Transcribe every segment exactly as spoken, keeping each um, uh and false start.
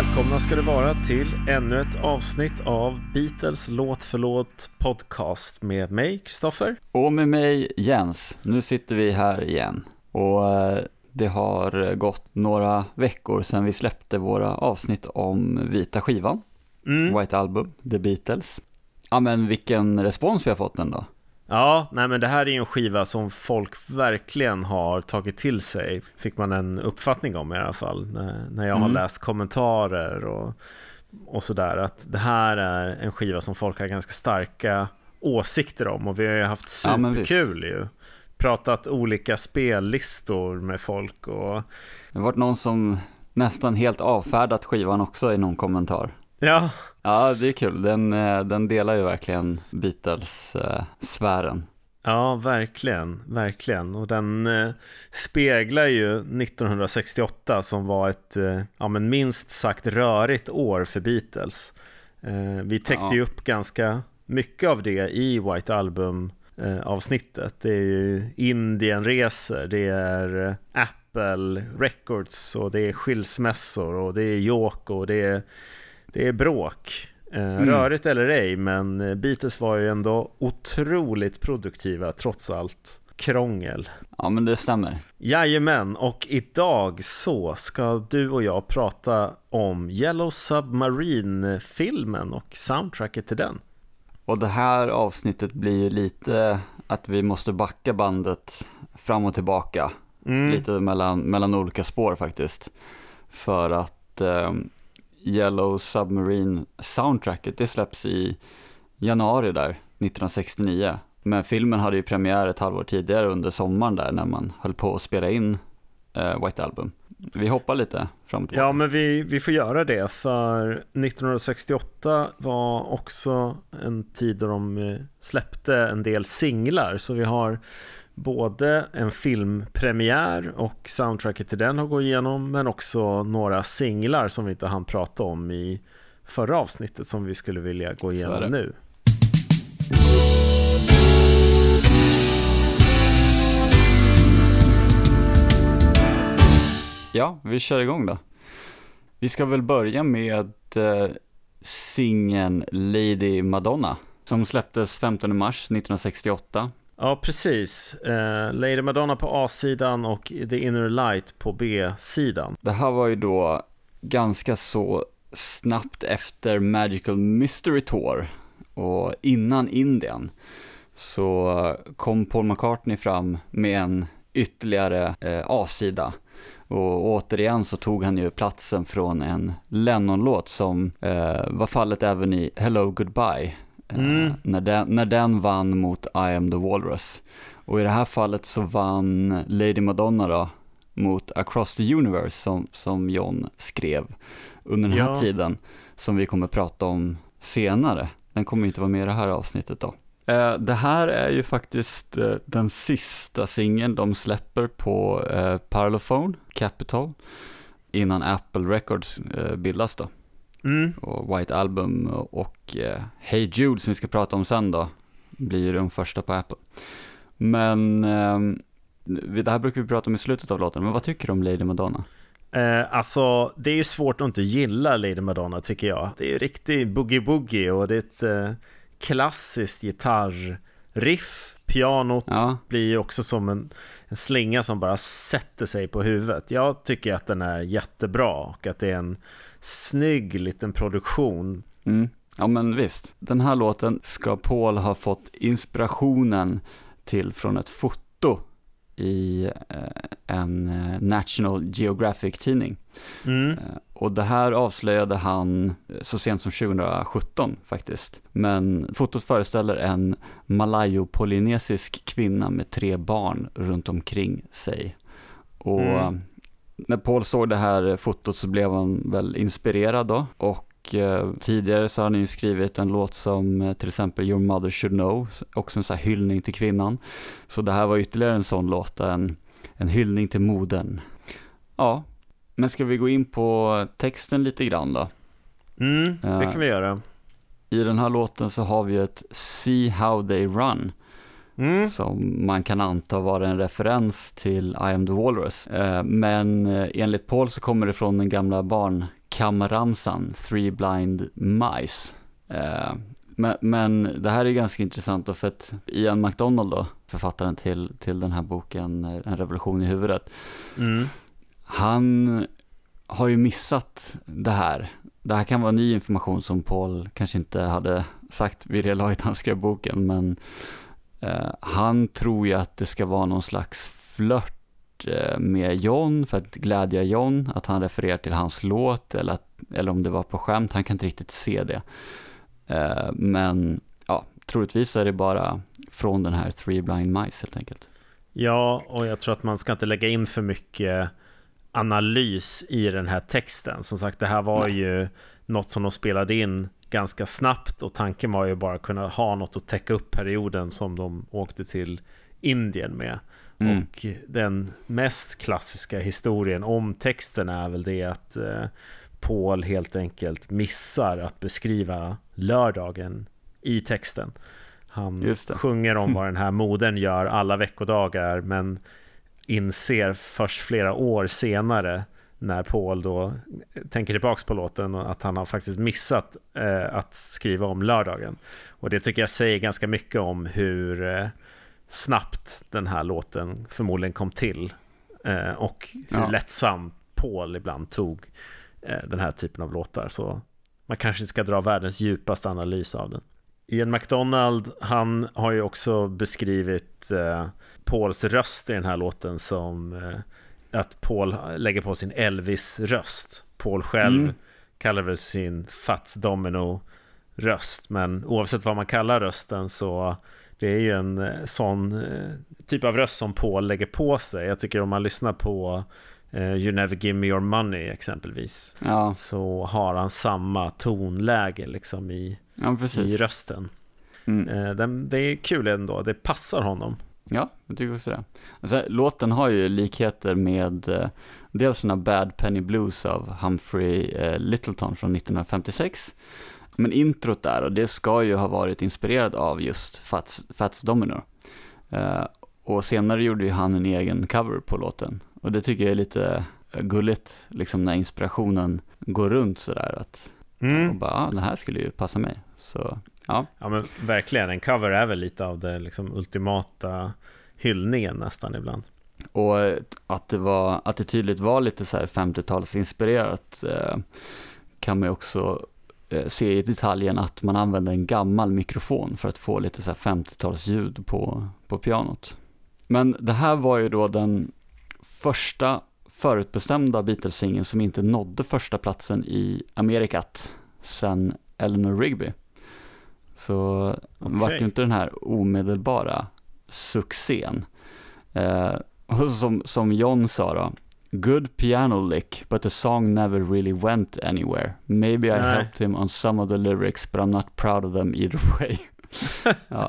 Välkomna ska det vara till ännu ett avsnitt av Beatles låt för låt podcast med mig, Kristoffer. Och med mig, Jens. Nu sitter vi här igen. Och det har gått några veckor sedan vi släppte våra avsnitt om vita skivan. Mm. White Album, The Beatles. Ja, men vilken respons vi har fått den då. Ja, nej men det här är ju en skiva som folk verkligen har tagit till sig. Fick man en uppfattning om i alla fall när, när jag mm. har läst kommentarer och, och sådär. Att det här är en skiva som folk har ganska starka åsikter om. Och vi har ju haft superkul ja, ju. Pratat olika spellistor med folk. Och... Det har varit någon som nästan helt avfärdat skivan också i någon kommentar. Ja. Ja, det är kul. Den, den delar ju verkligen Beatles-sfären. Ja, verkligen, verkligen. Och den eh, speglar ju nittonhundrasextioåtta som var ett eh, ja, men minst sagt rörigt år för Beatles. Eh, vi täckte ja. ju upp ganska mycket av det i White Album-avsnittet. Det är ju Indienresor, det är eh, Apple Records och det är skilsmässor och det är Yoko och det är Det är bråk. Eh, mm. Rörigt eller ej, men Beatles var ju ändå otroligt produktiva trots allt krångel. Ja, men det stämmer. Jajamän, och idag så ska du och jag prata om Yellow Submarine-filmen och soundtracket till den. Och det här avsnittet blir ju lite att vi måste backa bandet fram och tillbaka. Mm. Lite mellan, mellan olika spår faktiskt. För att... Eh, Yellow Submarine soundtracket, det släpps i januari där, nittonhundrasextionio. Men filmen hade ju premiär ett halvår tidigare under sommaren där när man höll på att spela in uh, White Album. Vi hoppar lite fram och tillbaka. Ja, men vi, vi får göra det, för nittonhundrasextioåtta var också en tid då de släppte en del singlar. Så vi har både en filmpremiär och soundtracket till den har gått igenom, men också några singlar som vi inte hann prata om i förra avsnittet som vi skulle vilja gå igenom nu. Ja, vi kör igång då. Vi ska väl börja med eh, singeln Lady Madonna som släpptes femtonde mars nittonhundrasextioåta. Ja, precis. Eh, Lady Madonna på A-sidan och The Inner Light på B-sidan. Det här var ju då ganska så snabbt efter Magical Mystery Tour och innan Indien så kom Paul McCartney fram med en ytterligare eh, A-sida. Och återigen så tog han ju platsen från en Lennon-låt som eh, var fallet även i Hello Goodbye. Mm. När, den, när den vann mot I Am the Walrus. Och i det här fallet så vann Lady Madonna då mot Across the Universe som, som John skrev under den här ja. tiden som vi kommer prata om senare. Den kommer inte vara med i det här avsnittet då. Eh, det här är ju faktiskt eh, den sista singeln de släpper på eh, Parlophone Capital innan Apple Records eh, bildas då. Mm. Och White Album och uh, Hey Jude som vi ska prata om sen då blir de första på Apple. Men uh, det här brukar vi prata om i slutet av låten. Men vad tycker du om Lady Madonna? Eh, alltså, det är ju svårt att inte gilla Lady Madonna tycker jag. Det är ju riktigt boogie-boogie och det är ett eh, klassiskt gitarriff. Pianot ja. blir ju också som en, en slinga som bara sätter sig på huvudet. Jag tycker att den är jättebra och att det är en snygg liten produktion. Mm. Ja, men visst. Den här låten ska Paul ha fått inspirationen till från ett foto i eh, en eh, National Geographic-tidning. Mm. Eh, och det här avslöjade han så sent som tjugosjutton faktiskt. Men fotot föreställer en malayo-polynesisk kvinna med tre barn runt omkring sig. Och mm. när Paul såg det här fotot så blev han väl inspirerad då. Och eh, tidigare så har han ju skrivit en låt som eh, till exempel Your Mother Should Know. Också en sån här hyllning till kvinnan. Så det här var ytterligare en sån låt. En, en hyllning till modern. Ja, men ska vi gå in på texten lite grann då? Mm, det uh, kan vi göra. I den här låten så har vi ett See How They Run. Mm. Som man kan anta var en referens till I Am the Walrus. Eh, men eh, enligt Paul så kommer det från den gamla barn kammaramsan Three Blind Mice. Eh, men, men det här är ganska intressant då, för att Ian MacDonald då, författaren till, till den här boken En revolution i huvudet, Mm. han har ju missat det här. Det här kan vara ny information som Paul kanske inte hade sagt vid det laget han skrev boken, men eh, han tror ju att det ska vara någon slags flört med John för att glädja John, att han refererar till hans låt, eller, att, eller om det var på skämt, han kan inte riktigt se det. Eh, men ja, troligtvis är det bara från den här Three Blind Mice helt enkelt. Ja, och jag tror att man ska inte lägga in för mycket analys i den här texten. Som sagt, det här var Nej. ju något som de spelade in ganska snabbt, och tanken var ju bara att kunna ha något att täcka upp perioden som de åkte till Indien med. Mm. Och den mest klassiska historien om texten är väl det att eh, Paul helt enkelt missar att beskriva lördagen i texten. Han sjunger om vad den här modern gör alla veckodagar, men inser först flera år senare, när Paul då tänker tillbaks på låten, att han har faktiskt missat eh, att skriva om lördagen. Och det tycker jag säger ganska mycket om hur eh, snabbt den här låten förmodligen kom till, eh, och hur ja. lättsam Paul ibland tog eh, den här typen av låtar. Så man kanske ska dra världens djupaste analys av den. Ian MacDonald, han har ju också beskrivit eh, Pauls röst i den här låten som eh, att Paul lägger på sin Elvis-röst. Paul själv mm. kallar väl sin Fats Domino-röst, men oavsett vad man kallar rösten, så det är ju en sån typ av röst som Paul lägger på sig. Jag tycker om man lyssnar på uh, You Never Give Me Your Money exempelvis, ja. så har han samma tonläge liksom i, ja, i rösten. Mm. Uh, den, det är kul ändå, det passar honom. Ja, jag tycker också det. Alltså, låten har ju likheter med uh, dels såna Bad Penny Blues av Humphrey uh, Lyttelton från nittonhundrafemtiosex. Men introt där, och det ska ju ha varit inspirerad av just Fats, Fats Domino. Uh, och senare gjorde ju han en egen cover på låten. Och det tycker jag är lite gulligt, liksom när inspirationen går runt sådär. Att, mm. och bara, ah, det här skulle ju passa mig. Så, ja. Ja, men verkligen, en cover är väl lite av det liksom ultimata hyllningen nästan ibland. Och att det, var, att det tydligt var lite så här femtiotalsinspirerat uh, kan man också se i detaljen att man använder en gammal mikrofon för att få lite så här femtiotalsljud på, på pianot. Men det här var ju då den första förutbestämda Beatles-singeln som inte nådde första platsen i Amerikat sen Eleanor Rigby. Så okay. var det ju inte den här omedelbara succén. Eh, och som, som John sa då, good piano lick, but the song never really went anywhere. Maybe I Nej. helped him on some of the lyrics, but I'm not proud of them either way. ja.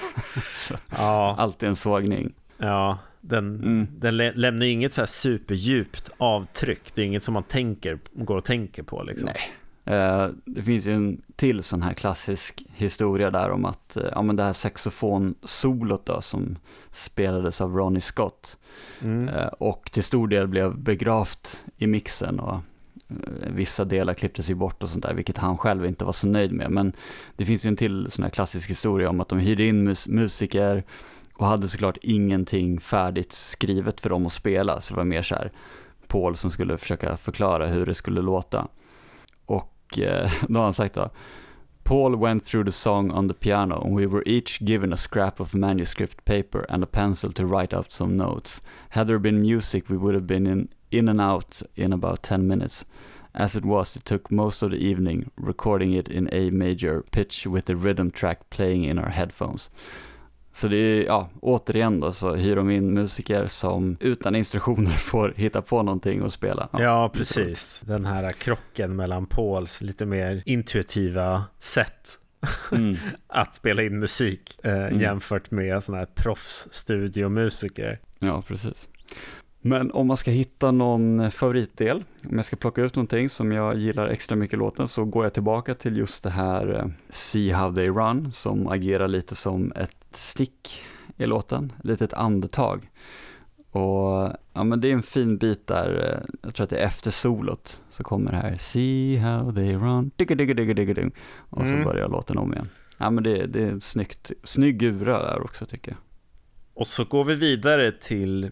ja. Alltid en sågning. Ja, den, mm. den lä- lämnar ju inget så här superdjupt avtryck. Det är inget som man tänker, går och tänker på liksom. Nej. Uh, det finns ju en till sån här klassisk historia där om att uh, ja, men det här saxofonsolot då, som spelades av Ronnie Scott mm. uh, och till stor del blev begravt i mixen, och uh, vissa delar klipptes ju bort och sånt där, vilket han själv inte var så nöjd med. Men det finns ju en till sån här klassisk historia om att de hyrde in mus- musiker och hade såklart ingenting färdigt skrivet för dem att spela, så det var mer så här Paul som skulle försöka förklara hur det skulle låta. Och då har han sagt då, Paul went through the song on the piano and we were each given a scrap of manuscript paper and a pencil to write up some notes. Had there been music we would have been in, in and out in about ten minutes. As it was, it took most of the evening recording it in A major pitch with the rhythm track playing in our headphones. Så det är, ja, återigen då, så hyr de in musiker som utan instruktioner får hitta på någonting och spela. Ja, ja precis. Den här krocken mellan Pauls lite mer intuitiva sätt mm. att spela in musik eh, mm. jämfört med såna här proffsstudiomusiker. Ja, precis. Men om man ska hitta någon favoritdel, om jag ska plocka ut någonting som jag gillar extra mycket i låten, så går jag tillbaka till just det här See How They Run, som agerar lite som ett stick i låten, lite ett andetag. Och ja, men det är en fin bit där, jag tror att det är efter solot så kommer det här See how they run, digga, digga, digga, digga, digga. Och mm. så börjar låten om igen. Ja, men det, det är en snyggt, snygg ura där också tycker jag. Och så går vi vidare till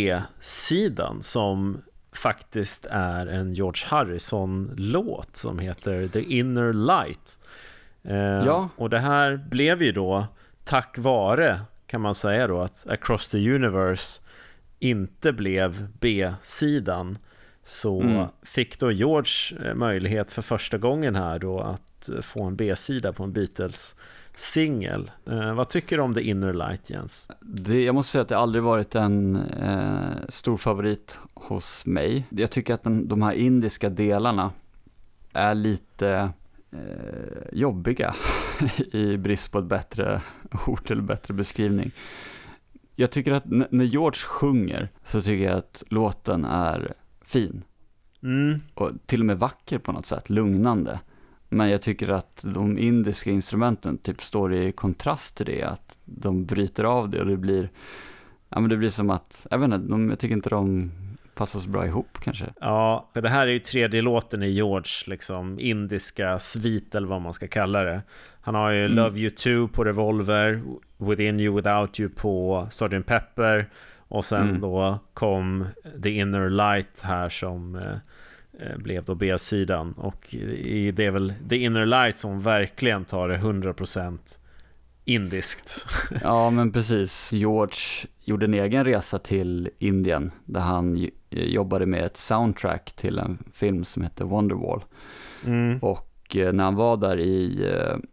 B-sidan som faktiskt är en George Harrison-låt som heter The Inner Light. Eh, ja. Och det här blev ju då tack vare, kan man säga då, att Across the Universe inte blev B-sidan, så mm. fick då George möjlighet för första gången här då att få en B-sida på en Beatles-singel. Eh, vad tycker du om The Inner Light, Jens? Det, jag måste säga att det aldrig varit en eh, stor favorit hos mig. Jag tycker att den, de här indiska delarna är lite eh, jobbiga i brist på ett bättre ord eller bättre beskrivning. Jag tycker att n- när George sjunger så tycker jag att låten är fin. Mm. Och till och med vacker på något sätt, lugnande. Men jag tycker att de indiska instrumenten typ står i kontrast till det, att de bryter av det och det blir, ja men det blir som att, jag vet inte, de, jag tycker inte de passar så bra ihop kanske. Ja, det här är ju tredje låten i George liksom indiska svit eller vad man ska kalla det. Han har ju mm. Love You Too på Revolver, Within You Without You på sergeant Pepper, och sen mm. då kom The Inner Light här som eh, blev då B-sidan, och i, det är väl The Inner Light som verkligen tar det hundra procent indiskt. Ja, men precis. George gjorde en egen resa till Indien där han jobbade med ett soundtrack till en film som heter Wonderwall. Mm. Och när han var där i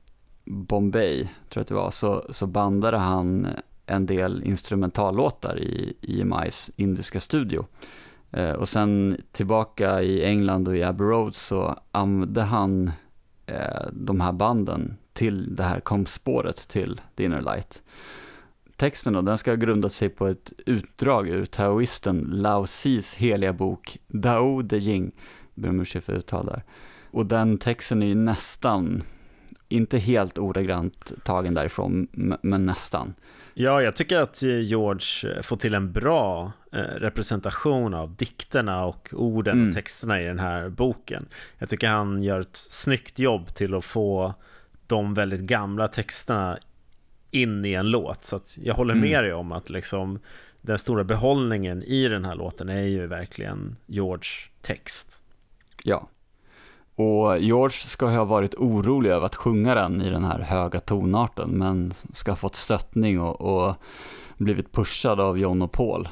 Bombay, tror jag att det var, så, så bandade han en del instrumentallåtar i E M I:s indiska studio. Eh, och sen tillbaka i England och i Abbey Road så använde han eh, de här banden till det här kompspåret till The Inner Light. Texten då, den ska grunda sig på ett utdrag ur taoisten Lao Tzus heliga bok Dao De Jing, ber om ursäkt för uttal där. Och den texten är ju nästan, inte helt ordagrant tagen därifrån, men nästan. Ja, jag tycker att George får till en bra representation av dikterna och orden mm. och texterna i den här boken. Jag tycker han gör ett snyggt jobb till att få de väldigt gamla texterna in i en låt. Så att jag håller med mm. dig om att liksom, den stora behållningen i den här låten är ju verkligen George text. Ja. Och George ska ha varit orolig över att sjunga den i den här höga tonarten, men ska ha fått stöttning och, och blivit pushad av John och Paul.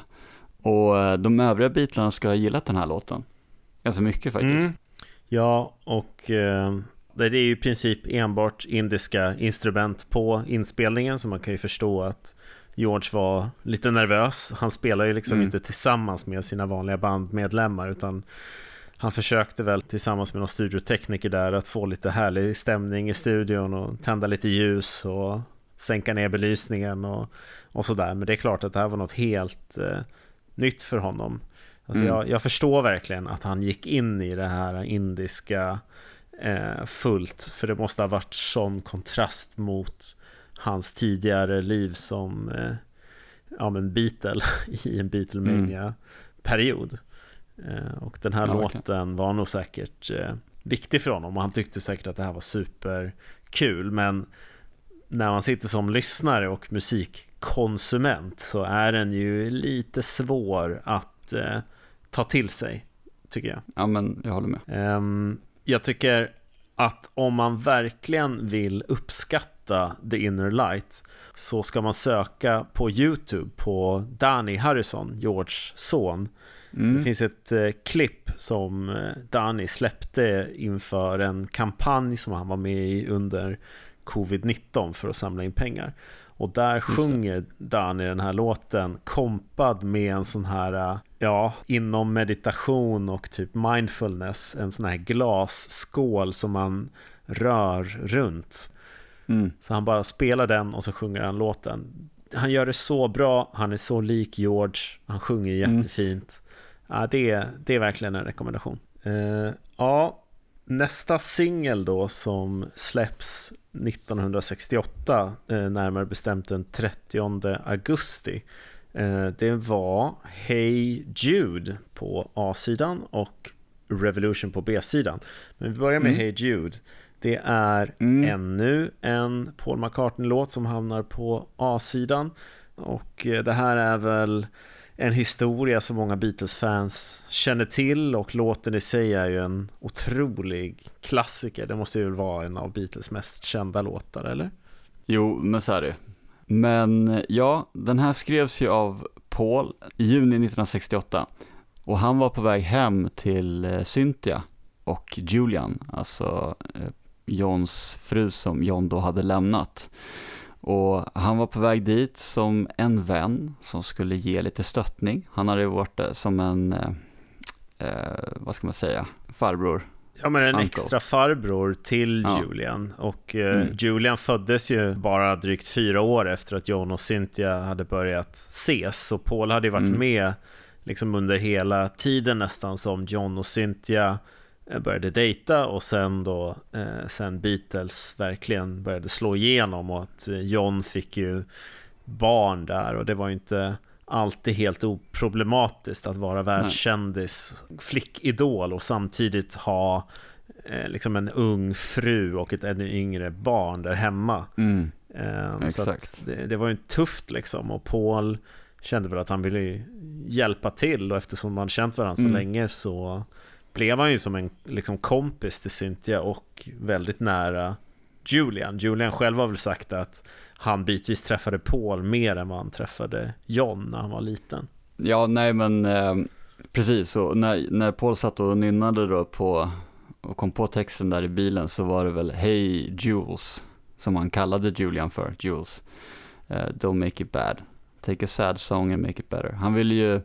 Och de övriga Beatlarna ska ha gillat den här låten ganska mycket faktiskt. Mm. Ja, och eh, det är ju i princip enbart indiska instrument på inspelningen, så man kan ju förstå att George var lite nervös. Han spelar ju liksom mm. inte tillsammans med sina vanliga bandmedlemmar, utan han försökte väl tillsammans med någon studiotekniker där att få lite härlig stämning i studion och tända lite ljus och sänka ner belysningen och, och sådär. Men det är klart att det här var något helt eh, nytt för honom. Alltså mm. jag, jag förstår verkligen att han gick in i det här indiska eh, fullt, för det måste ha varit sån kontrast mot hans tidigare liv som eh, ja, men Beatle i en Beatlemania-period. Eh, och den här ja, låten okay. var nog säkert eh, viktig för honom, och han tyckte säkert att det här var superkul. Men när man sitter som lyssnare och musikkonsument så är den ju lite svår att eh, ta till sig, tycker jag. Ja, men jag håller med. Eh, jag tycker att om man verkligen vill uppskatta The Inner Light så ska man söka på YouTube på Dhani Harrison, Georges son. Mm. Det finns ett eh, klipp som eh, Dhani släppte inför en kampanj som han var med i under covid nitton för att samla in pengar. Och där sjunger Dhani den här låten kompad med en sån här, ja, inom meditation och typ mindfulness, en sån här glasskål som man rör runt. Mm. Så han bara spelar den och så sjunger han låten. Han gör det så bra, han är så lik George, han sjunger jättefint. Mm. Ja, det är, det är verkligen en rekommendation. Uh, ja, nästa singel då som släpps nittonhundrasextioåtta, uh, närmare bestämt den trettionde augusti, Det var Hey Jude på A-sidan och Revolution på B-sidan. Men vi börjar med mm. Hey Jude. Det är mm. ännu en Paul McCartney-låt som hamnar på A-sidan. Och det här är väl en historia som många Beatles-fans känner till, och låten i sig är ju en otrolig klassiker. Det måste ju vara en av Beatles mest kända låtar, eller? Jo, men så är det. Men ja, den här skrevs ju av Paul i juni nittonhundrasextioåtta, och han var på väg hem till Cynthia och Julian, alltså Johns fru som John då hade lämnat. Och han var på väg dit som en vän som skulle ge lite stöttning. Han hade varit som en, eh, vad ska man säga, farbror. Ja, men en Uncle. extra farbror till ja. Julian. Och eh, mm. Julian föddes ju bara drygt fyra år efter att John och Cynthia hade börjat ses. Så Paul hade ju varit mm. med liksom under hela tiden nästan som John och Cynthia började dejta, och sen då eh, sen Beatles verkligen började slå igenom, och att John fick ju barn där, och det var ju inte alltid helt oproblematiskt att vara världskändis, flickidol, och samtidigt ha eh, liksom en ung fru och ett ännu yngre barn där hemma. Mm. Eh, så att det, det var ju tufft liksom, och Paul kände väl att han ville hjälpa till, och eftersom man känt varandra så mm. länge så blev han ju som en liksom kompis till Cynthia och väldigt nära Julian. Julian själv har väl sagt att han bitvis träffade Paul mer än vad han träffade John när han var liten. Ja, nej men eh, precis, så när, när Paul satt och nynnade då på och kom på texten där i bilen, så var det väl Hey Jules som han kallade Julian för, Jules. Uh, don't make it bad. Take a sad song and make it better. Han ville ju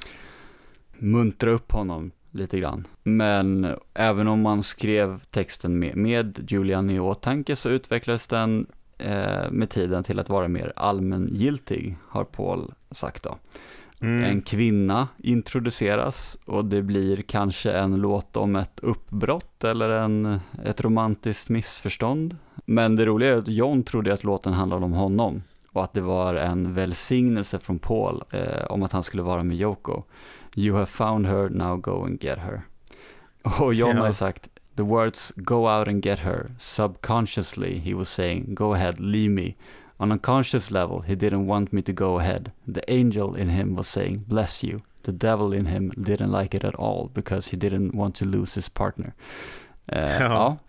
muntra upp honom lite grann. Men även om man skrev texten med, med Julian i åtanke, så utvecklades den eh, med tiden till att vara mer allmängiltig, har Paul sagt då. Mm. En kvinna introduceras, och det blir kanske en låt om ett uppbrott eller en, ett romantiskt missförstånd. Men det roliga är att John trodde att låten handlade om honom, och att det var en välsignelse från Paul eh, om att han skulle vara med Yoko. You have found her, now go and get her. Och John ja. har sagt, the words go out and get her. Subconsciously he was saying, go ahead, leave me. On a conscious level, he didn't want me to go ahead. The angel in him was saying, bless you. The devil in him didn't like it at all because he didn't want to lose his partner. Uh, ja. ja.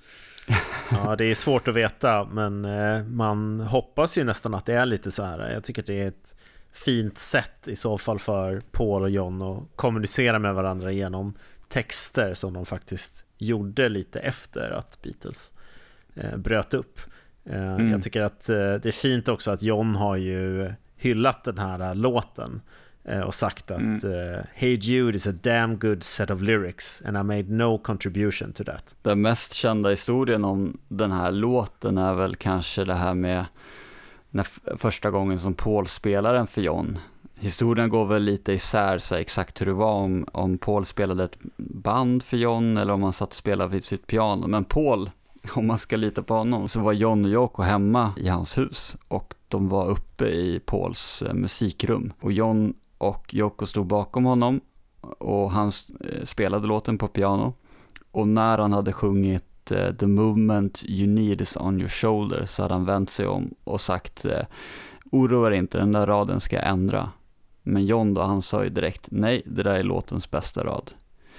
Ja, det är svårt att veta, men eh, man hoppas ju nästan att det är lite så här. Jag tycker att det är ett fint sätt i så fall för Paul och John att kommunicera med varandra genom texter som de faktiskt gjorde lite efter att Beatles eh, bröt upp. Eh, mm. Jag tycker att eh, det är fint också att John har ju hyllat den här låten och sagt att mm. uh, Hey Jude is a damn good set of lyrics and I made no contribution to that. Den mest kända historien om den här låten är väl kanske det här med när f- första gången som Paul spelar den för John. Historien går väl lite isär så exakt hur det var, om, om Paul spelade ett band för John eller om han satt och spelade vid sitt piano. Men Paul, om man ska lita på honom, så var John och Yoko hemma i hans hus, och de var uppe i Pauls eh, musikrum. Och John och Yoko stod bakom honom, och han spelade låten på piano. Och när han hade sjungit uh, The movement you need is on your shoulder, så hade han vänt sig om och sagt uh, oroa dig inte, den där raden ska jag ändra. Men John då, han sa ju direkt nej, det där är låtens bästa rad.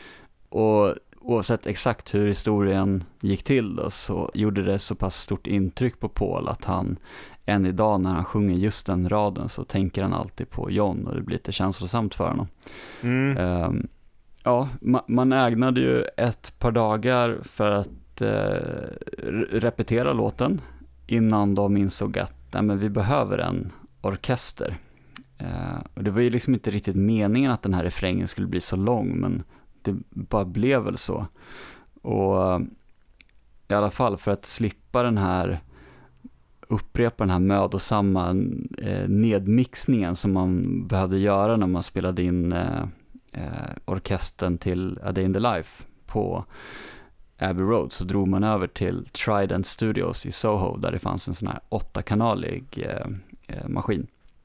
Och oavsett exakt hur historien gick till då, så gjorde det så pass stort intryck på Paul att han än idag när han sjunger just den raden så tänker han alltid på John, och det blir lite känslosamt för honom. Mm. Um, ja, ma- man ägnade ju ett par dagar för att uh, repetera låten innan de insåg att nej, men vi behöver en orkester. Uh, och det var ju liksom inte riktigt meningen att den här refrängen skulle bli så lång, men det bara blev väl så. Och uh, i alla fall för att slippa den här upprepa den här mödosamma eh, nedmixningen som man behövde göra när man spelade in eh, eh, orkestern till A Day in the Life på Abbey Road, så drog man över till Trident Studios i Soho, där det fanns en sån här åttakanalig eh, eh, maskin.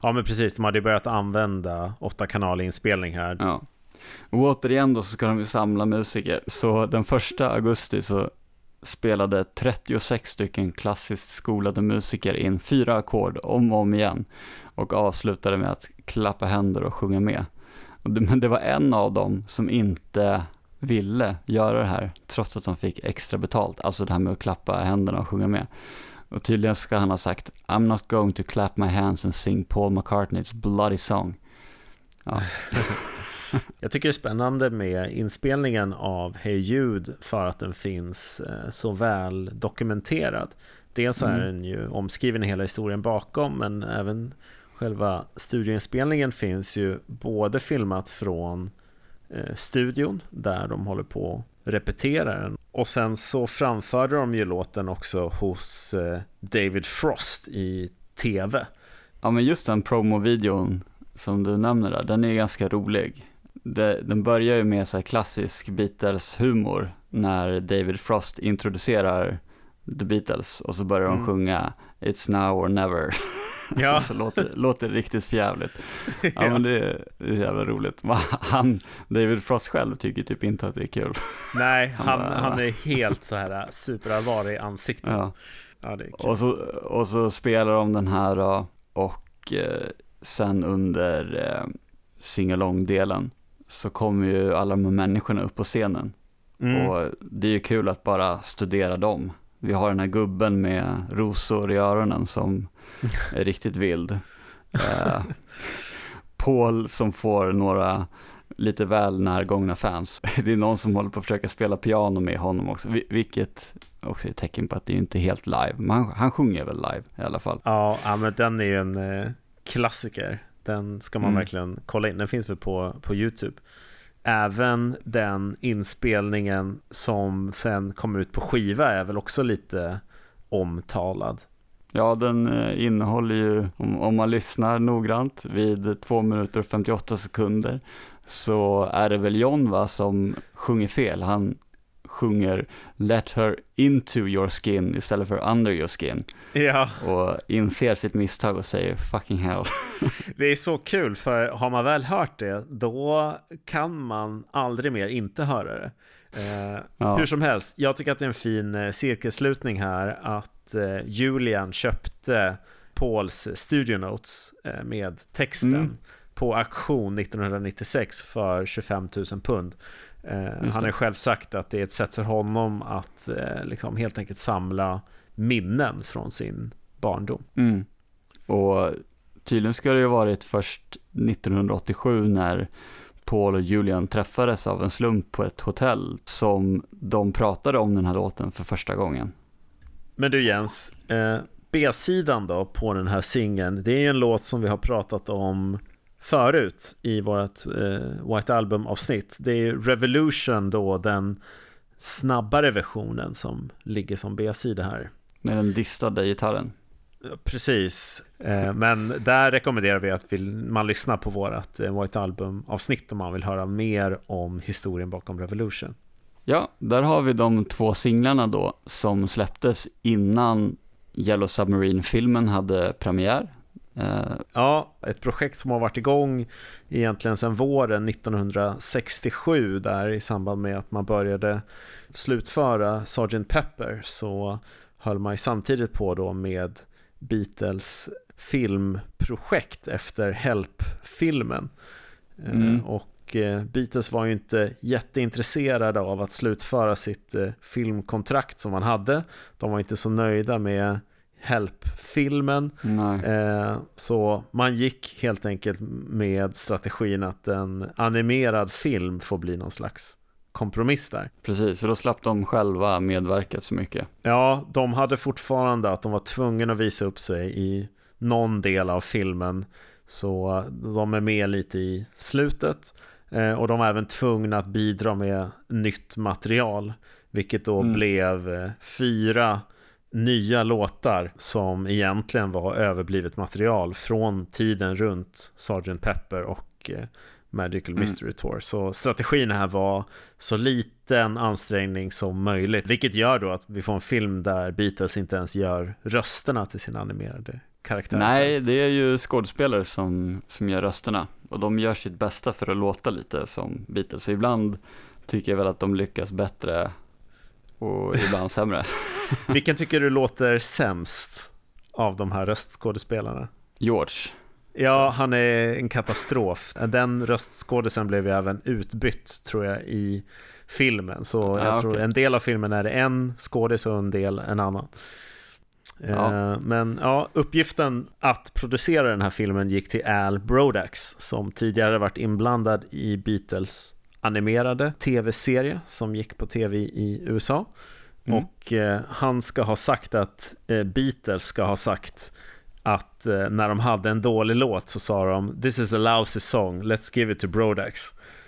Ja, men precis, de hade börjat använda åtta kanalinspelning här. Ja. Och återigen då så ska de samla musiker. Så den första augusti så spelade trettiosex stycken klassiskt skolade musiker in fyra ackord om och om igen och avslutade med att klappa händer och sjunga med. Och det, men det var en av dem som inte ville göra det här trots att de fick extra betalt, alltså det här med att klappa händerna och sjunga med. Och tydligen ska han ha sagt I'm not going to clap my hands and sing Paul McCartneys Bloody Song. Ja. Jag tycker det är spännande med inspelningen av Hey Jude för att den finns så väl dokumenterad. Dels så är den ju omskriven i hela historien bakom, men även själva studioinspelningen finns ju både filmat från eh, studion där de håller på att repetera den, och sen så framförde de ju låten också hos eh, David Frost i tv. Ja, men just den promo-videon som du nämner där, den är ganska rolig. Det, den börjar ju med så här klassisk Beatles-humor när David Frost introducerar The Beatles och så börjar de mm. sjunga It's now or never. Ja. Så låter, låter riktigt förjävligt. Ja, ja. Men det är, det är jävla roligt. Han, David Frost själv tycker typ inte att det är kul. Nej, han, han, bara, han är helt så här superallvar i ansiktet. Ja. Ja, det är kul. Och så, och så spelar de den här då, och eh, sen under eh, sing-along-delen så kommer ju alla de människorna upp på scenen. Mm. Och det är ju kul att bara studera dem. Vi har den här gubben med rosor i öronen som är riktigt vild. Eh, Paul som får några lite väl närgångna fans. Det är någon som håller på att försöka spela piano med honom också. Vilket också är ett tecken på att det är inte helt live. Men han, han sjunger väl live i alla fall. Ja, ja men den är ju en eh, klassiker. Den ska man mm. verkligen kolla in. Den finns väl på, på YouTube. Även den inspelningen som sen kom ut på skiva är väl också lite omtalad. Ja, den innehåller ju, om, om man lyssnar noggrant vid två minuter och femtioåtta sekunder, så är det väl John va, som sjunger fel. Han sjunger Let her into your skin istället för under your skin. Ja. Och inser sitt misstag och säger fucking hell. Det är så kul, för har man väl hört det, då kan man aldrig mer inte höra det. Eh, ja. Hur som helst, jag tycker att det är en fin eh, cirkelslutning här att eh, Julian köpte Pauls studio notes eh, med texten mm. på auktion nittonhundranittiosex för tjugofem tusen pund. Eh, han har själv sagt att det är ett sätt för honom att eh, liksom helt enkelt samla minnen från sin barndom. Mm. Och tydligen ska det ju varit först nittonhundraåttiosju när Paul och Julian träffades av en slump på ett hotell som de pratade om den här låten för första gången. Men du Jens, eh, B-sidan då på den här singeln, det är ju en låt som vi har pratat om förut i vårt eh, White Album-avsnitt. Det är Revolution då, den snabbare versionen som ligger som B-sida här. Med den distade gitarren. Precis, eh, men där rekommenderar vi att man lyssnar på vårt eh, White Album-avsnitt om man vill höra mer om historien bakom Revolution. Ja, där har vi de två singlarna då som släpptes innan Yellow Submarine-filmen hade premiär. Uh, ja, ett projekt som har varit igång egentligen sedan våren nittonhundrasextiosju, där i samband med att man började slutföra sergeant Pepper så höll man samtidigt på då med Beatles filmprojekt efter Help-filmen. Mm. Uh, och uh, Beatles var ju inte jätteintresserade av att slutföra sitt uh, filmkontrakt som man hade. De var inte så nöjda med Help-filmen. Eh, så man gick helt enkelt med strategin att en animerad film får bli någon slags kompromiss där. Precis, för då slapp de själva medverkat så mycket. Ja, de hade fortfarande att de var tvungna att visa upp sig i någon del av filmen, så de är med lite i slutet. Eh, och de var även tvungna att bidra med nytt material, vilket då mm. blev eh, fyra nya låtar som egentligen var överblivet material från tiden runt sergeant Pepper och eh, Magical Mystery mm. Tour. Så strategin här var så liten ansträngning som möjligt, vilket gör då att vi får en film där Beatles inte ens gör rösterna till sina animerade karaktärer? Nej, det är ju skådespelare som, som gör rösterna. Och de gör sitt bästa för att låta lite som Beatles. Så ibland tycker jag väl att de lyckas bättre och ibland sämre. Vilken tycker du låter sämst av de här röstskådespelarna? George. Ja, han är en katastrof. Den röstskådisen blev ju även utbytt, tror jag, i filmen. Så jag ah, tror okay. en del av filmen är det en skådis och en del en annan. Ja. Men ja, uppgiften att producera den här filmen gick till Al Brodax, som tidigare varit inblandad i Beatles animerade tv-serie som gick på tv i U S A. Mm. Och eh, han ska ha sagt att eh, Beatles ska ha sagt att eh, när de hade en dålig låt så sa de "This is a lousy song, let's give it to Brodax",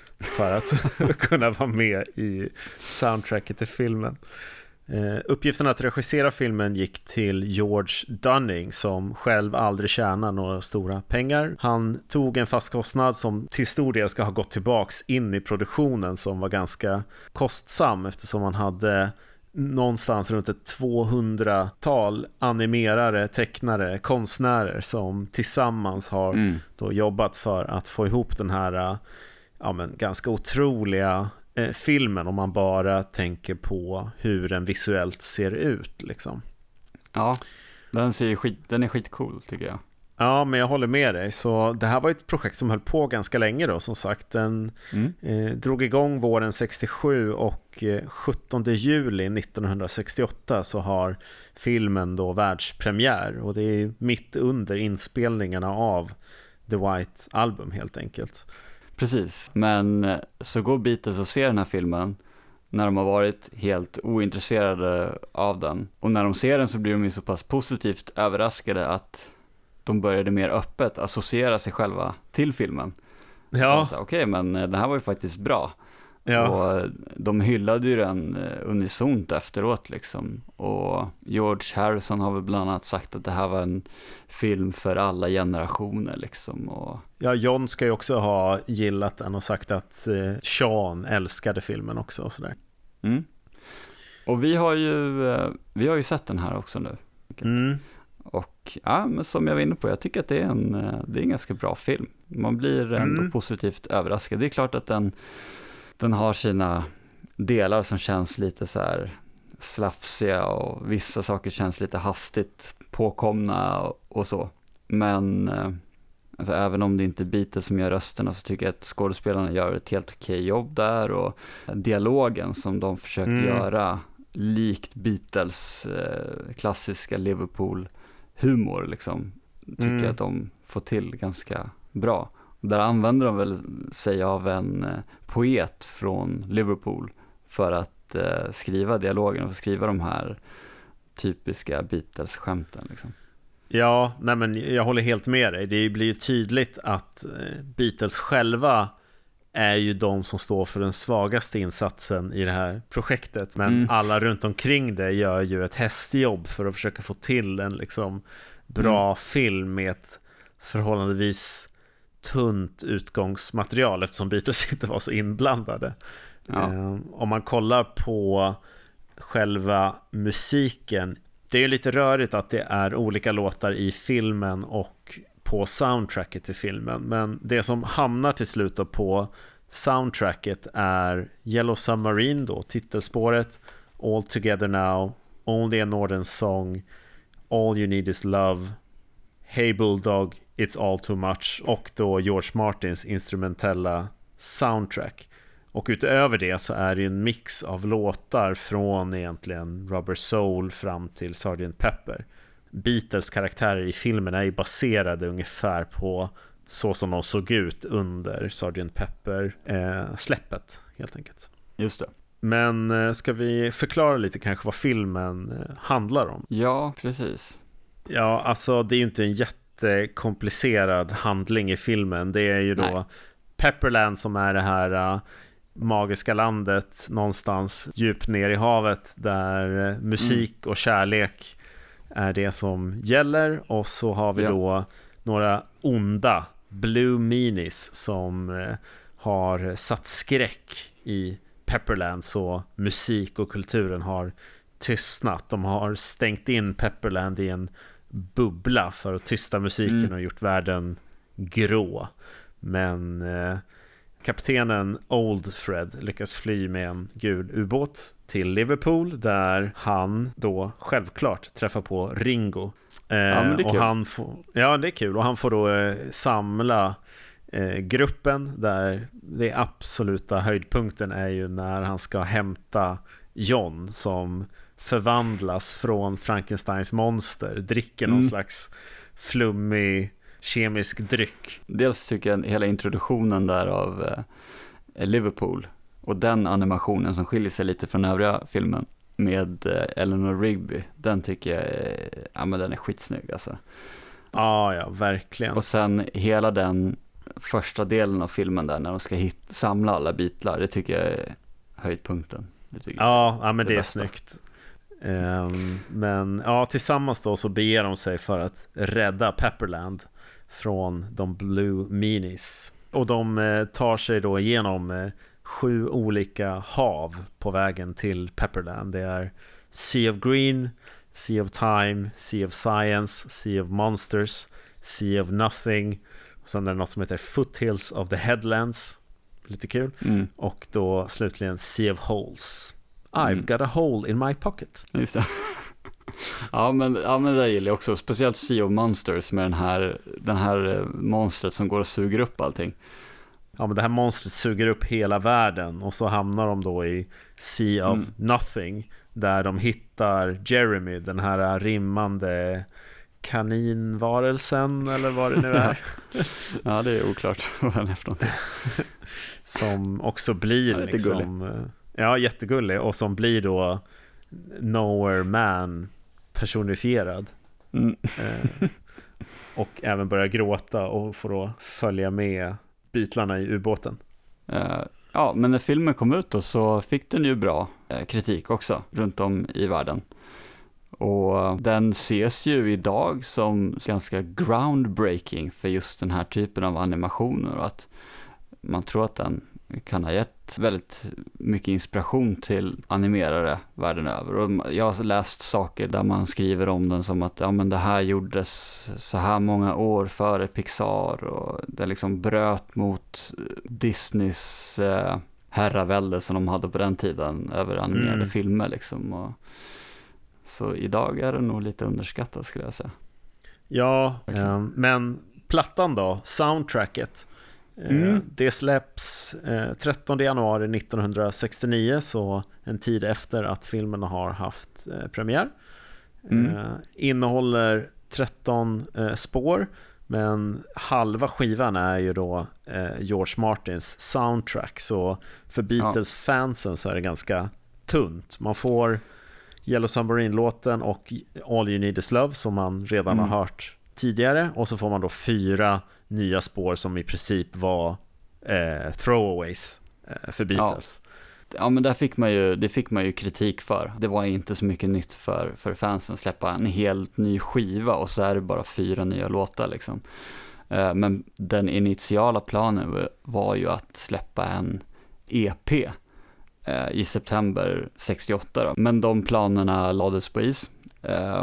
för att kunna vara med i soundtracket till filmen. Uh, uppgiften att regissera filmen gick till George Dunning, som själv aldrig tjänar några stora pengar. Han tog en fast kostnad som till stor del ska ha gått tillbaks in i produktionen, som var ganska kostsam eftersom han hade någonstans runt ett tvåhundratal animerare, tecknare, konstnärer som tillsammans har mm. då jobbat för att få ihop den här ja, men ganska otroliga filmen, om man bara tänker på hur den visuellt ser ut liksom. Ja, den, ser skit, den är skitcool tycker jag. Ja, men jag håller med dig. Så det här var ett projekt som höll på ganska länge då, som sagt. Den mm. eh, drog igång våren sextiosju och eh, sjuttonde juli nittonhundrasextioåtta så har filmen då världspremiär, och det är mitt under inspelningarna av The White Album helt enkelt. Precis, men så går Beatles och ser den här filmen när de har varit helt ointresserade av den. Och när de ser den så blir de ju så pass positivt överraskade att de började mer öppet associera sig själva till filmen. Ja. Okej, okay, men den här var ju faktiskt bra. Ja. Och de hyllade ju den unisont efteråt liksom. Och George Harrison har väl bland annat sagt att det här var en film för alla generationer liksom. Och... Ja, John ska ju också ha gillat den och sagt att eh, Sean älskade filmen också och sådär. Mm. Och vi har ju eh, vi har ju sett den här också nu. Mm. Och ja, men som jag var inne på, jag tycker att det är en, det är en ganska bra film. Man blir ändå mm. positivt överraskad. Det är klart att den Den har sina delar som känns lite så här slafsiga och vissa saker känns lite hastigt påkomna och, och så. Men alltså, även om det inte är Beatles som gör rösterna så tycker jag att skådespelarna gör ett helt okej jobb där, och dialogen som de försöker mm. göra likt Beatles eh, klassiska Liverpool-humor liksom, tycker mm. jag att de får till ganska bra. Där använder de väl sig av en eh, poet från Liverpool för att eh, skriva dialogen och skriva de här typiska Beatles-skämten liksom. Ja, nej men jag håller helt med dig. Det blir ju tydligt att eh, Beatles själva är ju de som står för den svagaste insatsen i det här projektet, men mm. alla runt omkring det gör ju ett hästjobb för att försöka få till en liksom bra mm. film med ett förhållandevis tunt utgångsmaterial eftersom Beatles inte var så inblandade. Ja. Eh, om man kollar på själva musiken, det är ju lite rörigt att det är olika låtar i filmen och på soundtracket till filmen, men det som hamnar till slut då på soundtracket är Yellow Submarine då, titelspåret, All Together Now, Only a Northern Song, All You Need Is Love, Hey Bulldog, It's All Too Much och då George Martins instrumentella soundtrack. Och utöver det så är det en mix av låtar från egentligen Rubber Soul fram till sergeant Pepper. Beatles karaktärer i filmen är ju baserade ungefär på så som de såg ut under sergeant Pepper eh, släppet helt enkelt. Just det. Men eh, ska vi förklara lite kanske vad filmen eh, handlar om? Ja, precis. Ja, alltså det är ju inte en jättekomplicerad handling i filmen. Det är ju då Nej. Pepperland som är det här uh, magiska landet någonstans djupt ner i havet där uh, musik mm. och kärlek är det som gäller. Och så har vi ja. då några onda Blue Meanies som uh, har satt skräck i Pepperland, så musik och kulturen har tystnat. De har stängt in Pepperland i en bubbla för att tysta musiken mm. och gjort världen grå. Men eh, kaptenen Old Fred lyckas fly med en gul ubåt till Liverpool, där han då självklart träffar på Ringo. Eh, ja, men det är och kul. han får, ja, det är kul. Och han får då eh, samla eh, gruppen, där det absoluta höjdpunkten är ju när han ska hämta John, som förvandlas från Frankensteins monster, dricker mm. någon slags flummig kemisk dryck. Dels tycker jag hela introduktionen där av eh, Liverpool och den animationen som skiljer sig lite från övriga filmen med eh, Eleanor Rigby, den tycker jag är, ja, men den är skitsnygg alltså. Ja, ja, verkligen. Och sen hela den första delen av filmen där när de ska hit, samla alla bitlar, det tycker jag är höjdpunkten. Det tycker ja, jag ja, men det, det är bästa. snyggt. Um, men ja, tillsammans då så beger de sig för att rädda Pepperland från de Blue Meanies. Och de eh, tar sig då igenom eh, sju olika hav på vägen till Pepperland. Det är Sea of Green, Sea of Time, Sea of Science, Sea of Monsters, Sea of Nothing. Och sen är det något som heter Foothills of the Headlands. Lite kul. Mm. Och då slutligen Sea of Holes. I've mm. got a hole in my pocket. Just det. Ja, men, ja, men det gillar jag också. Speciellt Sea of Monsters med den här, den här monstret som går och suger upp allting. Ja, men det här monstret suger upp hela världen. Och så hamnar de då i Sea of mm. Nothing, där de hittar Jeremy, den här rimmande kaninvarelsen, eller vad det nu är. Ja, det är oklart vad den är för någonting. Som också blir ja, liksom... Ja, jättegullig. Och som blir då Nowhere Man personifierad. Mm. eh, och även börjar gråta och får då följa med bitlarna i ubåten. Uh, ja, men när filmen kom ut då så fick den ju bra uh, kritik också runt om i världen. Och uh, den ses ju idag som ganska groundbreaking för just den här typen av animationer, och att man tror att den kan ha gett väldigt mycket inspiration till animerare världen över. Och jag har läst saker där man skriver om den som att ja, men det här gjordes så här många år före Pixar, och det liksom bröt mot Disneys eh, herravälde som de hade på den tiden över animerade mm. filmer liksom. Och så idag är det nog lite underskattat, skulle jag säga. Ja, eh, men plattan då, soundtracket. Mm. Det släpps trettonde januari nittonhundrasextionio, så en tid efter att filmen har haft premiär. Mm. Innehåller tretton spår, men halva skivan är ju då George Martins soundtrack, så för Beatles-fansen så är det ganska tunt. Man får Yellow Submarine-låten och All You Need Is Love, som man redan mm. har hört tidigare, och så får man då fyra nya spår som i princip var eh, throwaways eh, för Beatles. Ja. ja, men där fick man ju, det fick man ju kritik för. Det var inte så mycket nytt för, för fansen, släppa en helt ny skiva och så är det bara fyra nya låtar liksom. Eh, men den initiala planen var ju att släppa en E P eh, i september sextioåtta då. Men de planerna lades på is. Eh,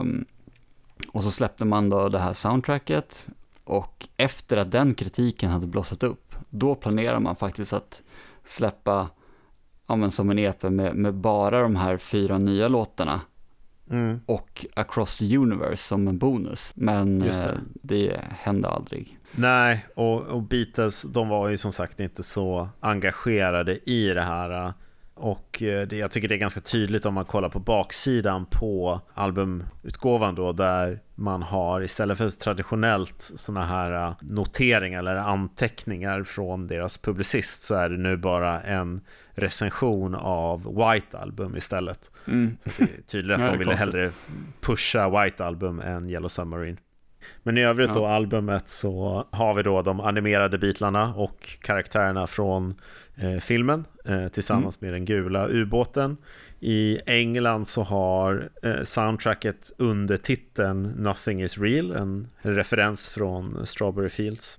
och så släppte man då det här soundtracket. Och efter att den kritiken hade blossat upp, då planerar man faktiskt att släppa ja, men som en E P med, med bara de här fyra nya låtarna mm. och Across the Universe som en bonus. Men det. Eh, det hände aldrig. Nej, och, och Beatles, de var ju som sagt inte så engagerade i det här. Och det, jag tycker det är ganska tydligt om man kollar på baksidan på albumutgåvan då, där man har istället för traditionellt såna här noteringar eller anteckningar från deras publicist, så är det nu bara en recension av White Album istället. Mm. Så det är tydligt att de ville hellre pusha White Album än Yellow Submarine. Men i övrigt ja. då albumet, så har vi då de animerade bitlarna och karaktärerna från eh, filmen eh, tillsammans mm. med den gula ubåten. I England så har eh, soundtracket under titeln Nothing is Real, en referens från Strawberry Fields.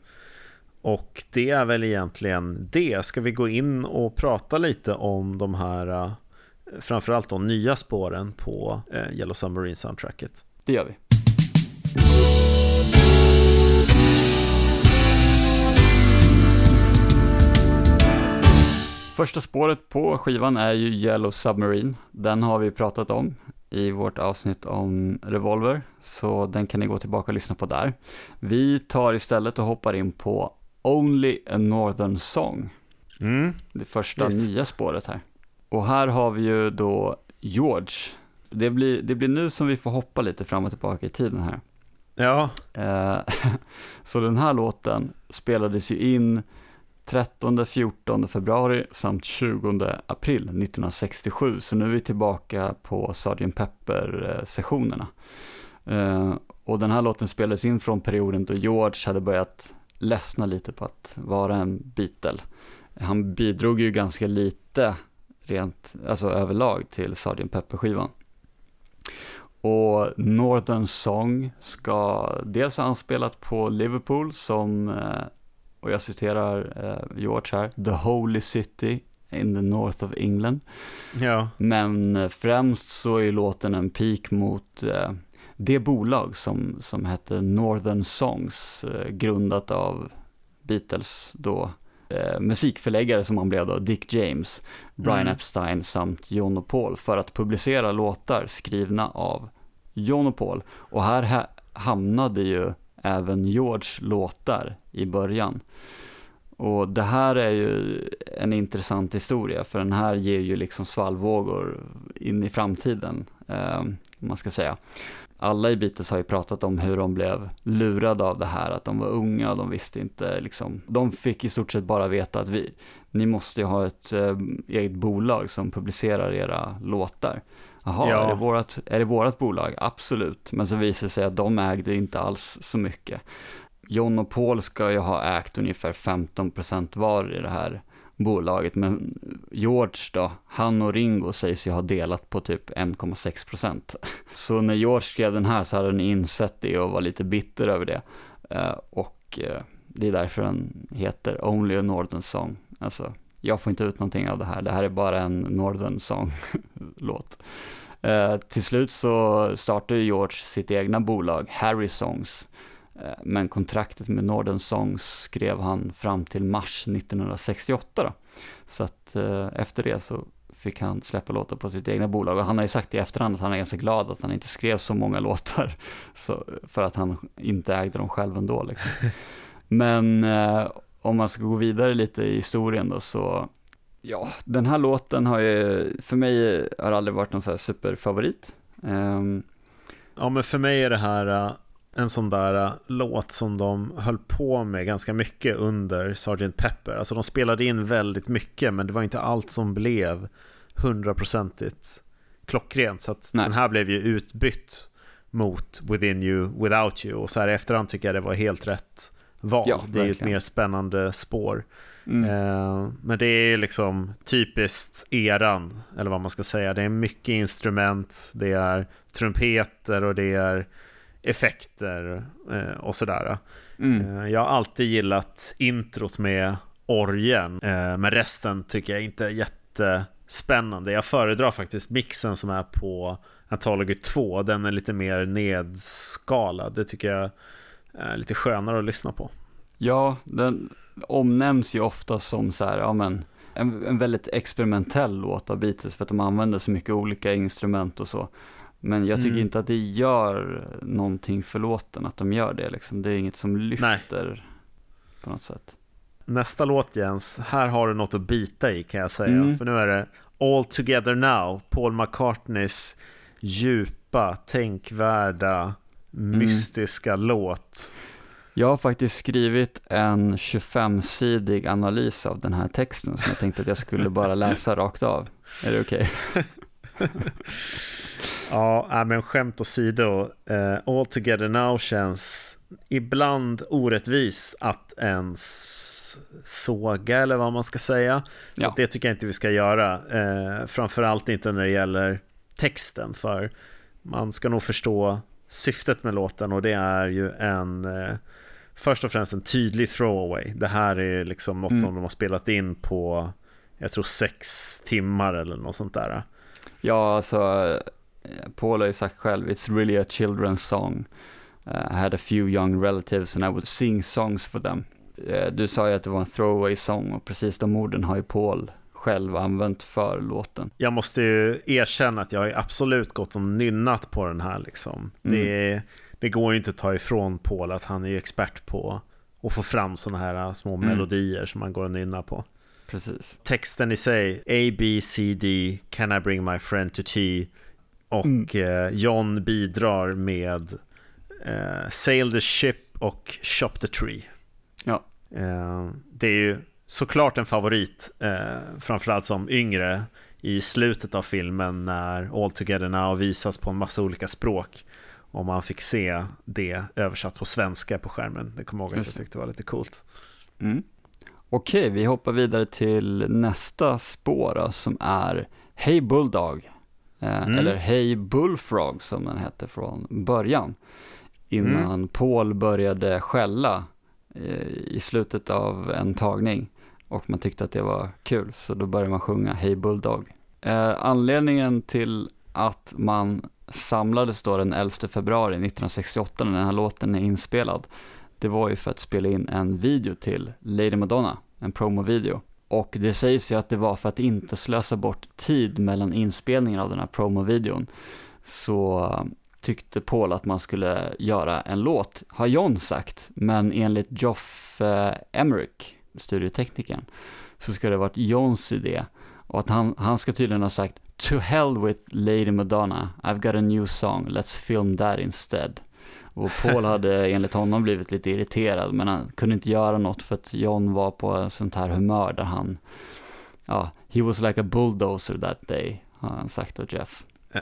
Och det är väl egentligen det. Ska vi gå in och prata lite om de här eh, framförallt de nya spåren på eh, Yellow Submarine soundtracket? Det gör vi. Första spåret på skivan är ju Yellow Submarine. Den har vi pratat om i vårt avsnitt om Revolver, så den kan ni gå tillbaka och lyssna på där. Vi tar istället och hoppar in på Only a Northern Song. Mm. Det första Visst. nya spåret här. Och här har vi ju då George. Det blir, det blir nu som vi får hoppa lite fram och tillbaka i tiden här. Ja. Eh, så den här låten spelades ju in trettonde fjortonde februari samt tjugonde april nittonhundrasextiosju. Så nu är vi tillbaka på sergeant Pepper-sessionerna. Eh, och den här låten spelades in från perioden då George hade börjat ledsna lite på att vara en Beatle. Han bidrog ju ganska lite rent, alltså överlag till sergeant Pepper-skivan. Och Northern Song ska dels ha anspelat på Liverpool som, och jag citerar George här, The Holy City in the North of England. Ja. Men främst så är låten en pik mot det bolag som, som hette Northern Songs, grundat av Beatles då, eh, musikförläggare som han blev då, Dick James, Brian mm. Epstein samt John och Paul, för att publicera låtar skrivna av John och Paul. Och här ha- hamnade ju även George låtar i början. Och det här är ju en intressant historia, för den här ger ju liksom svallvågor in i framtiden, eh, man ska säga. Alla i Beatles har ju pratat om hur de blev lurade av det här, att de var unga och de visste inte liksom, de fick i stort sett bara veta att vi, ni måste ju ha ett eh, eget bolag som publicerar era låtar. Jaha, ja. är, det vårat, är det vårat bolag? Absolut, men så visar det sig att de ägde inte alls så mycket. John och Paul ska ju ha ägt ungefär femton procent var i det här bolaget, men George då, han och Ringo sägs ju ha delat på typ en komma sex procent. Så när George skrev den här så hade han insett det och var lite bitter över det. Uh, och uh, det är därför den heter Only a Northern Song. Alltså, jag får inte ut någonting av det här. Det här är bara en Northern Song-låt. Uh, till slut så startade George sitt egna bolag, Harry Songs. Men kontraktet med Northern Songs skrev han fram till mars nittonhundrasextioåtta då. Så att eh, efter det så fick han släppa låtar på sitt egna bolag. Och han har ju sagt i efterhand att han är ganska glad att han inte skrev så många låtar, så, för att han inte ägde dem själv ändå liksom. Men eh, om man ska gå vidare lite i historien då, så ja, den här låten har ju, för mig har aldrig varit någon så här superfavorit. Um, ja, men för mig är det här en sån där låt som de höll på med ganska mycket under sergeant Pepper. Alltså de spelade in väldigt mycket, men det var inte allt som blev hundraprocentigt klockrent. Så att den här blev ju utbytt mot Within You, Without You. Och så här i efterhand tycker jag det var helt rätt val. Ja, det är ju ett mer spännande spår. Mm. Eh, men det är liksom typiskt eran, eller vad man ska säga. Det är mycket instrument, det är trumpeter och det är effekter eh, och sådär. Mm. Eh, jag har alltid gillat introt med orgeln, eh, men resten tycker jag inte är jättespännande. Jag föredrar faktiskt mixen som är på Anthology två. Den är lite mer nedskalad. Det tycker jag är lite skönare att lyssna på. Ja, den omnämns ju ofta som så här, ja, men en, en väldigt experimentell låt av Beatles, för att de använder så mycket olika instrument och så. Men jag tycker mm. inte att det gör någonting för låten att de gör det liksom. Det är inget som lyfter. Nej. På något sätt. Nästa låt, Jens, här har du något att bita i, kan jag säga. Mm. För nu är det All Together Now, Paul McCartneys djupa, tänkvärda, mystiska mm. låt. Jag har faktiskt skrivit en tjugofemsidig analys av den här texten som jag tänkte att jag skulle bara läsa rakt av. Är det okej? Okay? Ja, men skämt åsido, uh, All Together Now känns ibland orättvis att ens såga, eller vad man ska säga. Ja. Det tycker jag inte vi ska göra. Uh, framförallt inte när det gäller texten, för man ska nog förstå syftet med låten, och det är ju en uh, först och främst en tydlig throwaway. Det här är liksom något mm. som de har spelat in på, jag tror sex timmar eller något sånt där. Ja, alltså Paul har ju sagt själv, it's really a children's song. Uh, I had a few young relatives and I would sing songs for them. Uh, du sa ju att det var en throwaway song och precis de orden har ju Paul själv använt för låten. Jag måste ju erkänna att jag har absolut gått och nynnat på den här liksom. Mm. Det, det går ju inte att ta ifrån Paul att han är ju expert på att få fram såna här små mm. melodier som man går och nynnar på. Precis. Texten i sig, A, B, C, D, Can I bring my friend to tea? Och mm. eh, John bidrar med eh, Sail the ship och Shop the tree. Ja. Eh, det är ju såklart en favorit, eh, framförallt som yngre i slutet av filmen när All Together Now visas på en massa olika språk och man fick se det översatt på svenska på skärmen. Det kommer jag ihåg att jag tyckte var lite coolt. Mm. Okej, vi hoppar vidare till nästa spår då, som är Hey Bulldog. Eh, mm. Eller Hey Bullfrog som den hette från början. Innan mm. Paul började skälla eh, i slutet av en tagning. Och man tyckte att det var kul, så då började man sjunga Hey Bulldog. Eh, anledningen till att man samlades då den elfte februari nittonhundrasextioåtta när den här låten är inspelad, det var ju för att spela in en video till Lady Madonna, en promovideo. Och det sägs ju att det var för att inte slösa bort tid mellan inspelningen av den här promovideon, så tyckte Paul att man skulle göra en låt, har John sagt, men enligt Geoff eh, Emerick, studioteknikern, så ska det ha varit Johns idé. Och att han, han ska tydligen ha sagt To hell with Lady Madonna, I've got a new song, let's film that instead. Och Paul hade enligt honom blivit lite irriterad, men han kunde inte göra något för att John var på ett sånt här humör där han, ja, he was like a bulldozer that day, har han sagt av Jeff.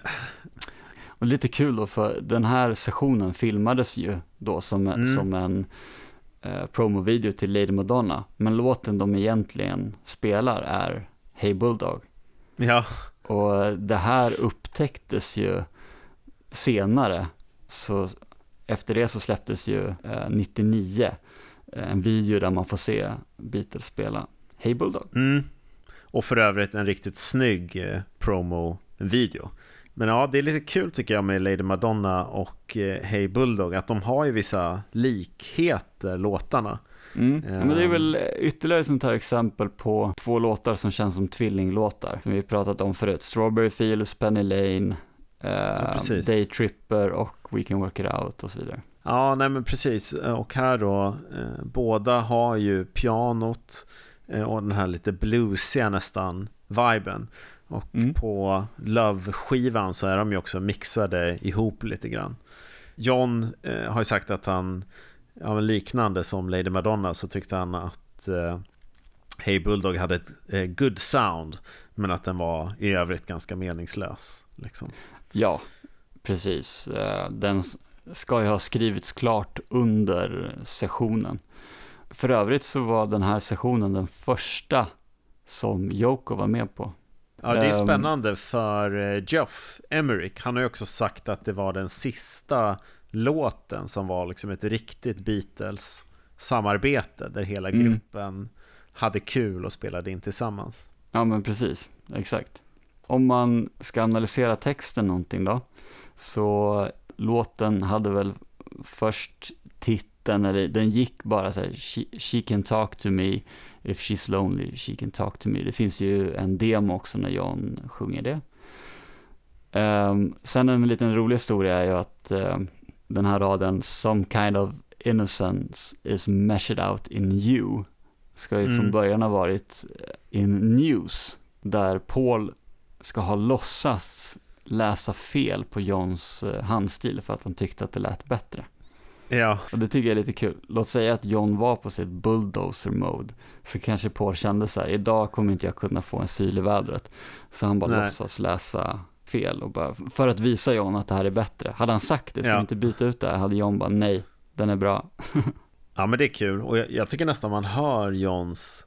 Och lite kul då, för den här sessionen filmades ju då som, mm. som en eh, promovideo till Lady Madonna, men låten de egentligen spelar är Hey Bulldog. Ja. Och det här upptäcktes ju senare, så efter det så släpptes ju eh, nittionio eh, en video där man får se Beatles spela Hey Bulldog. Mm. Och för övrigt en riktigt snygg eh, promo-video. Men ja, det är lite kul tycker jag med Lady Madonna och eh, Hey Bulldog, att de har ju vissa likheter, låtarna. Mm. Ja, men det är väl ytterligare ett sånt här exempel på två låtar som känns som tvillinglåtar som vi pratat om förut. Strawberry Fields, Penny Lane, eh, ja, Day Tripper och We Can Work It Out och så vidare. Ja, nej men precis. Och här då, eh, båda har ju pianot eh, och den här lite bluesiga nästan viben. Och mm. på Love-skivan så är de ju också mixade ihop lite grann. John eh, har ju sagt att han, ja, liknande som Lady Madonna, så tyckte han att eh, Hey Bulldog hade ett eh, good sound, men att den var i övrigt ganska meningslös liksom. Ja, precis. Den ska ju ha skrivits klart under sessionen. För övrigt så var den här sessionen den första som Yoko var med på. Ja, det är spännande för Geoff Emerick. Han har ju också sagt att det var den sista låten som var liksom ett riktigt Beatles-samarbete där hela gruppen mm. hade kul och spelade in tillsammans. Ja, men precis. Exakt. Om man ska analysera texten någonting då, så låten hade väl först titeln, eller den gick bara så här, she, she can talk to me if she's lonely, she can talk to me. Det finns ju en demo också när John sjunger det. Um, sen en liten rolig historia är ju att um, den här raden some kind of innocence is measured out in you ska ju mm. från början ha varit in news, där Paul ska ha låtsats läsa fel på Johns uh, handstil för att han tyckte att det lät bättre. Ja. Och det tycker jag är lite kul. Låt säga att John var på sitt bulldozer mode, så kanske Paul kände så här: idag kommer inte jag kunna få en syl i vädret. Så han bara Nej. låtsas läsa fel och bara, för att visa John att det här är bättre. Hade han sagt det, ska ja. inte byta ut det här, hade John bara, nej, den är bra. Ja, men det är kul. Och jag, jag tycker nästan man hör Johns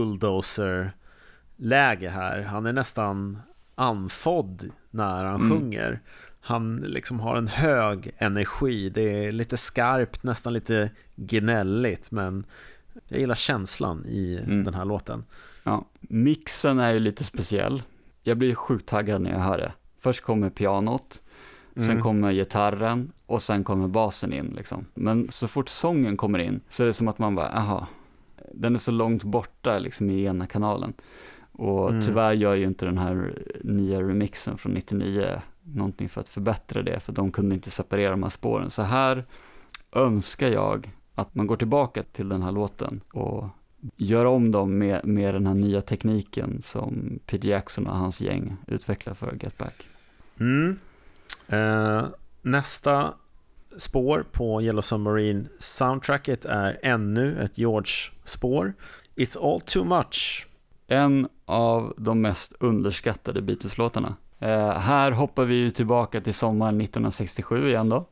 bulldozer-läge här. Han är nästan andfådd när han mm. sjunger. Han liksom har en hög energi. Det är lite skarpt, nästan lite gnälligt, men jag gillar känslan i mm. den här låten. Ja, mixen är ju lite speciell. Jag blir sjukt taggad när jag hör det. Först kommer pianot, Mm. Sen kommer gitarren och sen kommer basen in liksom. Men så fort sången kommer in så är det som att man bara, aha, den är så långt borta liksom i ena kanalen. Och mm. tyvärr gör ju inte den här nya remixen från nittionio någonting för att förbättra det, för de kunde inte separera de här spåren. Så här önskar jag att man går tillbaka till den här låten och gör om dem med, med den här nya tekniken som Peter Jackson och hans gäng utvecklar för Get Back. Mm. Uh, nästa spår på Yellow Submarine soundtracket är ännu ett George-spår. It's All Too Much. En av de mest underskattade Beatles-låtarna. Uh, här hoppar vi ju tillbaka till sommaren nittonhundrasextiosju igen då.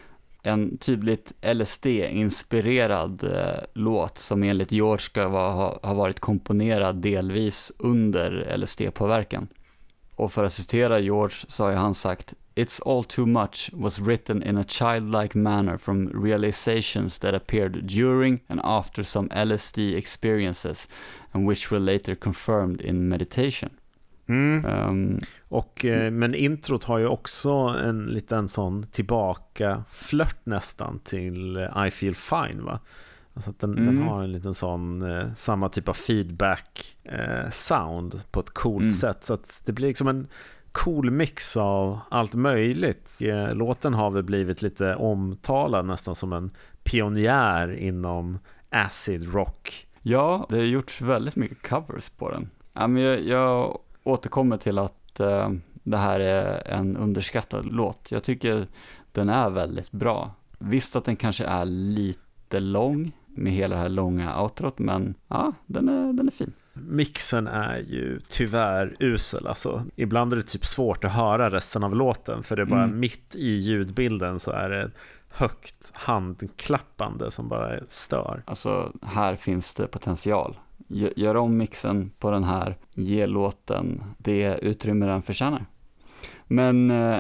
En tydligt L S D-inspirerad eh, låt som enligt George ska va, ha, ha varit komponerad delvis under L S D-påverkan. Och för att citera George så har han sagt: "It's all too much was written in a childlike manner from realizations that appeared during and after some L S D experiences and which were later confirmed in meditation." Mm. Um, och, eh, men introt har ju också en liten sån tillbaka flört nästan till I Feel Fine, va? Alltså att den, mm. den har en liten sån eh, samma typ av feedback eh, sound på ett coolt mm. sätt, så att det blir liksom en cool mix av allt möjligt. Eh, låten har väl blivit lite omtalad nästan som en pionjär inom acid rock. Ja, det har gjorts väldigt mycket covers på den. Ja, men jag, jag återkommer till att uh, det här är en underskattad låt. Jag tycker den är väldigt bra. Visst att den kanske är lite lång med hela det här långa outrot, men ja, den är, den är fin. Mixen är ju tyvärr usel. Alltså, ibland är det typ svårt att höra resten av låten, för det är bara mm. mitt i ljudbilden så är det högt handklappande som bara stör. Alltså, här finns det potential. Gör om mixen på den här, ge låten det utrymme den förtjänar. Men eh,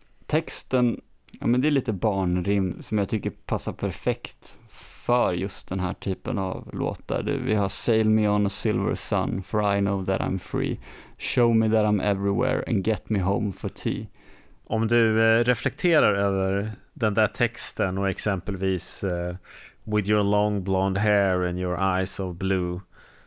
texten, ja, men det är lite barnrim som jag tycker passar perfekt för just den här typen av låtar. Vi har Sail Me On a Silver Sun, For I Know That I'm Free, Show Me That I'm Everywhere and Get Me Home for Tea. Om du eh, reflekterar över den där texten och exempelvis eh, With your long blonde hair and your eyes of blue,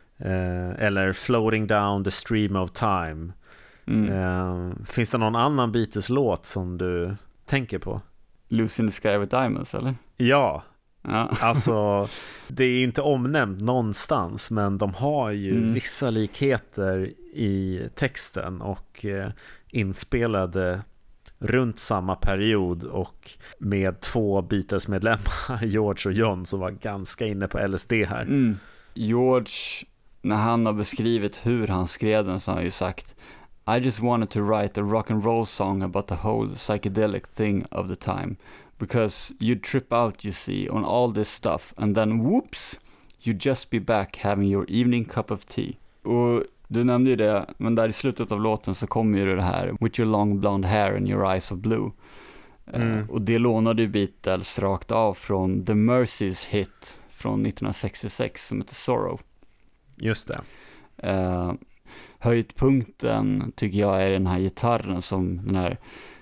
Eh, eller Floating Down the Stream of Time. Mm. Eh, finns det någon annan Beatles-låt som du tänker på? Lucy in the Sky with Diamonds, eller? Ja, ja. Alltså det är ju inte omnämnt någonstans, men de har ju mm. vissa likheter i texten och eh, inspelade runt samma period och med två Beatles-medlemmar, George och John, som var ganska inne på L S D här. Mm. George, när han har beskrivit hur han skrev den, så har han ju sagt: I just wanted to write a rock and roll song about the whole psychedelic thing of the time, because you'd trip out, you see, on all this stuff, and then whoops, you'd just be back having your evening cup of tea. Och du nämnde ju det, men där i slutet av låten så kommer ju det här With your long blonde hair and your eyes of blue. Mm. Uh, och det lånade ju Beatles rakt av från The Mercys hit från nittonhundrasextiosex som heter Sorrow. Just det. Uh, höjdpunkten tycker jag är den här gitarren, som den här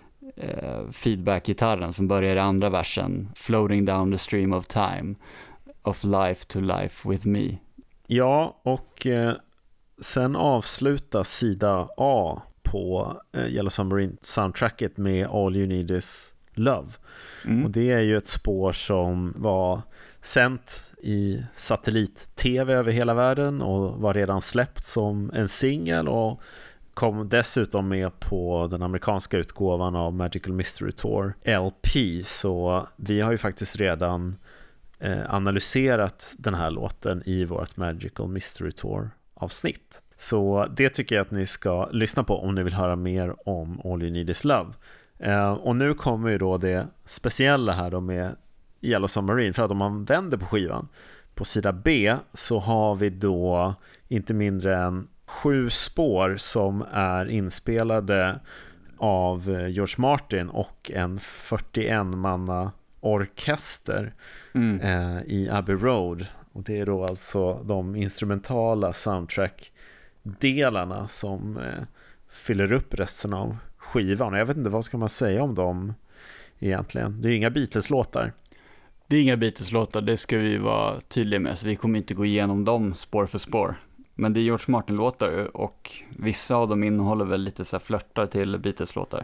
uh, feedback-gitarren som börjar i andra versen. Floating down the stream of time, of life to life with me. Ja, och uh, sen avslutas sida A på uh, Yellow Submarine soundtracket med All You Need Is Love. Mm. Och det är ju ett spår som var sänt i satellit-tv över hela världen och var redan släppt som en singel och kom dessutom med på den amerikanska utgåvan av Magical Mystery Tour L P. Så vi har ju faktiskt redan eh, analyserat den här låten i vårt Magical Mystery Tour avsnitt. Så det tycker jag att ni ska lyssna på om ni vill höra mer om All You Need Is Love. Eh, och nu kommer ju då det speciella här då med Yellow Submarine, för att om man vänder på skivan på sida B så har vi då inte mindre än sju spår som är inspelade av George Martin och en fyrtioen-manna orkester mm. eh, i Abbey Road, och det är då alltså de instrumentala soundtrack-delarna som eh, fyller upp resten av skivan. Och jag vet inte, vad ska man säga om de egentligen. Det är ju inga Beatles-låtar. Det är inga Beatles-låtar, det ska vi vara tydliga med, så vi kommer inte gå igenom dem spår för spår. Men det är George Martin-låtar och vissa av dem innehåller väl lite så här flörtar till Beatles-låtar.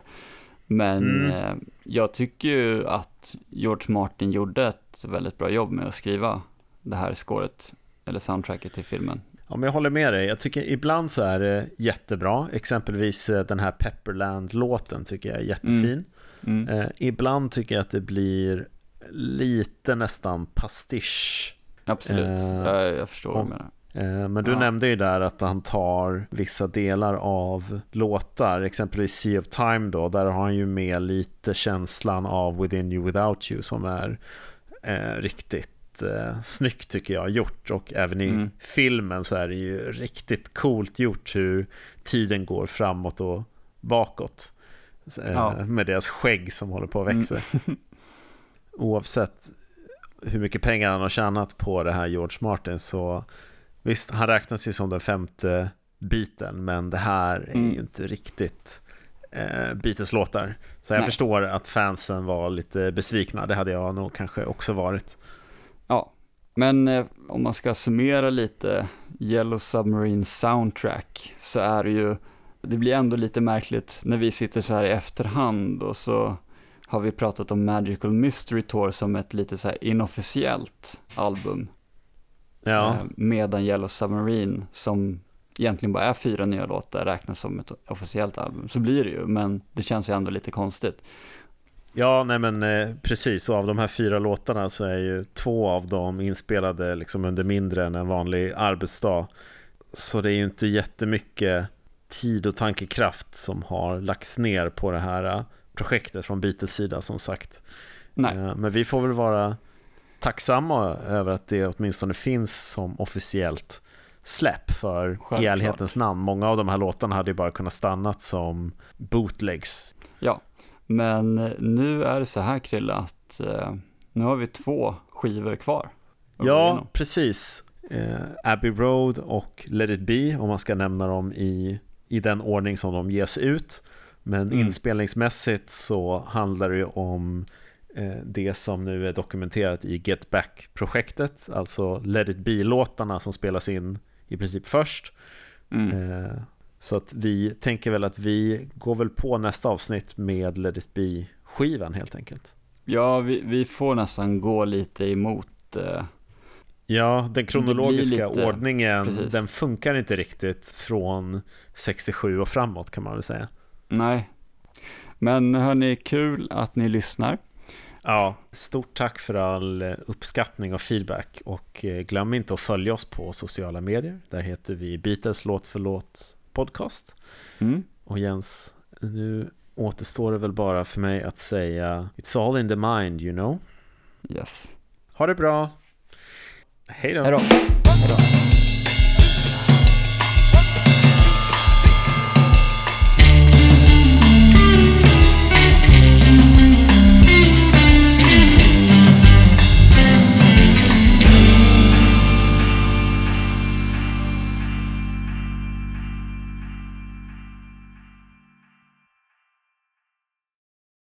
Men mm. eh, jag tycker ju att George Martin gjorde ett väldigt bra jobb med att skriva det här scoret, eller soundtracket till filmen. Ja, men jag håller med dig. Jag tycker ibland så är det jättebra. Exempelvis den här Pepperland-låten tycker jag är jättefin. Mm. Mm. Eh, ibland tycker jag att det blir lite nästan pastisch. Absolut, eh, jag, jag förstår vad du menar. Men du ja. nämnde ju där att han tar vissa delar av låtar, exempelvis Sea of Time då, där har han ju med lite känslan av Within You Without You som är eh, riktigt eh, snyggt tycker jag gjort, och även i mm. filmen så är det ju riktigt coolt gjort hur tiden går framåt och bakåt eh, ja. med deras skägg som håller på att växa. Mm. Oavsett hur mycket pengar han har tjänat på det här George Martin, så visst, han räknas ju som den femte Beatlen, men det här är mm. ju inte riktigt eh, Beatles-låtar. Så jag Nej. förstår att fansen var lite besvikna. Det hade jag nog kanske också varit. Ja, men eh, om man ska summera lite Yellow Submarine soundtrack, så är det ju, det blir ändå lite märkligt när vi sitter så här i efterhand och så har vi pratat om Magical Mystery Tour som ett lite så här inofficiellt album. Ja. Medan Yellow Submarine, som egentligen bara är fyra nya låtar, räknas som ett officiellt album. Så blir det ju, men det känns ju ändå lite konstigt. Ja, nej men eh, precis. Och av de här fyra låtarna så är ju två av dem inspelade liksom under mindre än en vanlig arbetsdag. Så det är ju inte jättemycket tid och tankekraft som har lagts ner på det här projektet från Beatles sida, som sagt. Nej. Eh, men vi får väl vara tacksamma över att det åtminstone finns som officiellt släpp, för i ärlighetens namn. Många av de här låtarna hade ju bara kunnat stannat som bootlegs. Ja, men nu är det så här, Krille, att eh, nu har vi två skivor kvar. Ja, precis. Eh, Abbey Road och Let It Be, om man ska nämna dem i, i den ordning som de ges ut. Men mm. inspelningsmässigt så handlar det ju om det som nu är dokumenterat i Get Back-projektet, alltså Let It Be-låtarna som spelas in i princip först. Mm. Så att vi tänker väl att vi går väl på nästa avsnitt med Let It Be-skivan helt enkelt. Ja, vi, vi får nästan gå lite emot. Eh... Ja, den kronologiska lite... ordningen, Precis. Den funkar inte riktigt från sextiosju och framåt, kan man väl säga. Nej, men hörni, kul att ni lyssnar. Ja, stort tack för all uppskattning och feedback, och glöm inte att följa oss på sociala medier. Där heter vi Beatles låt för låt podcast. Mm. Och Jens, nu återstår det väl bara för mig att säga It's all in the mind, you know. Yes. Ha det bra. Hej då. Hej då.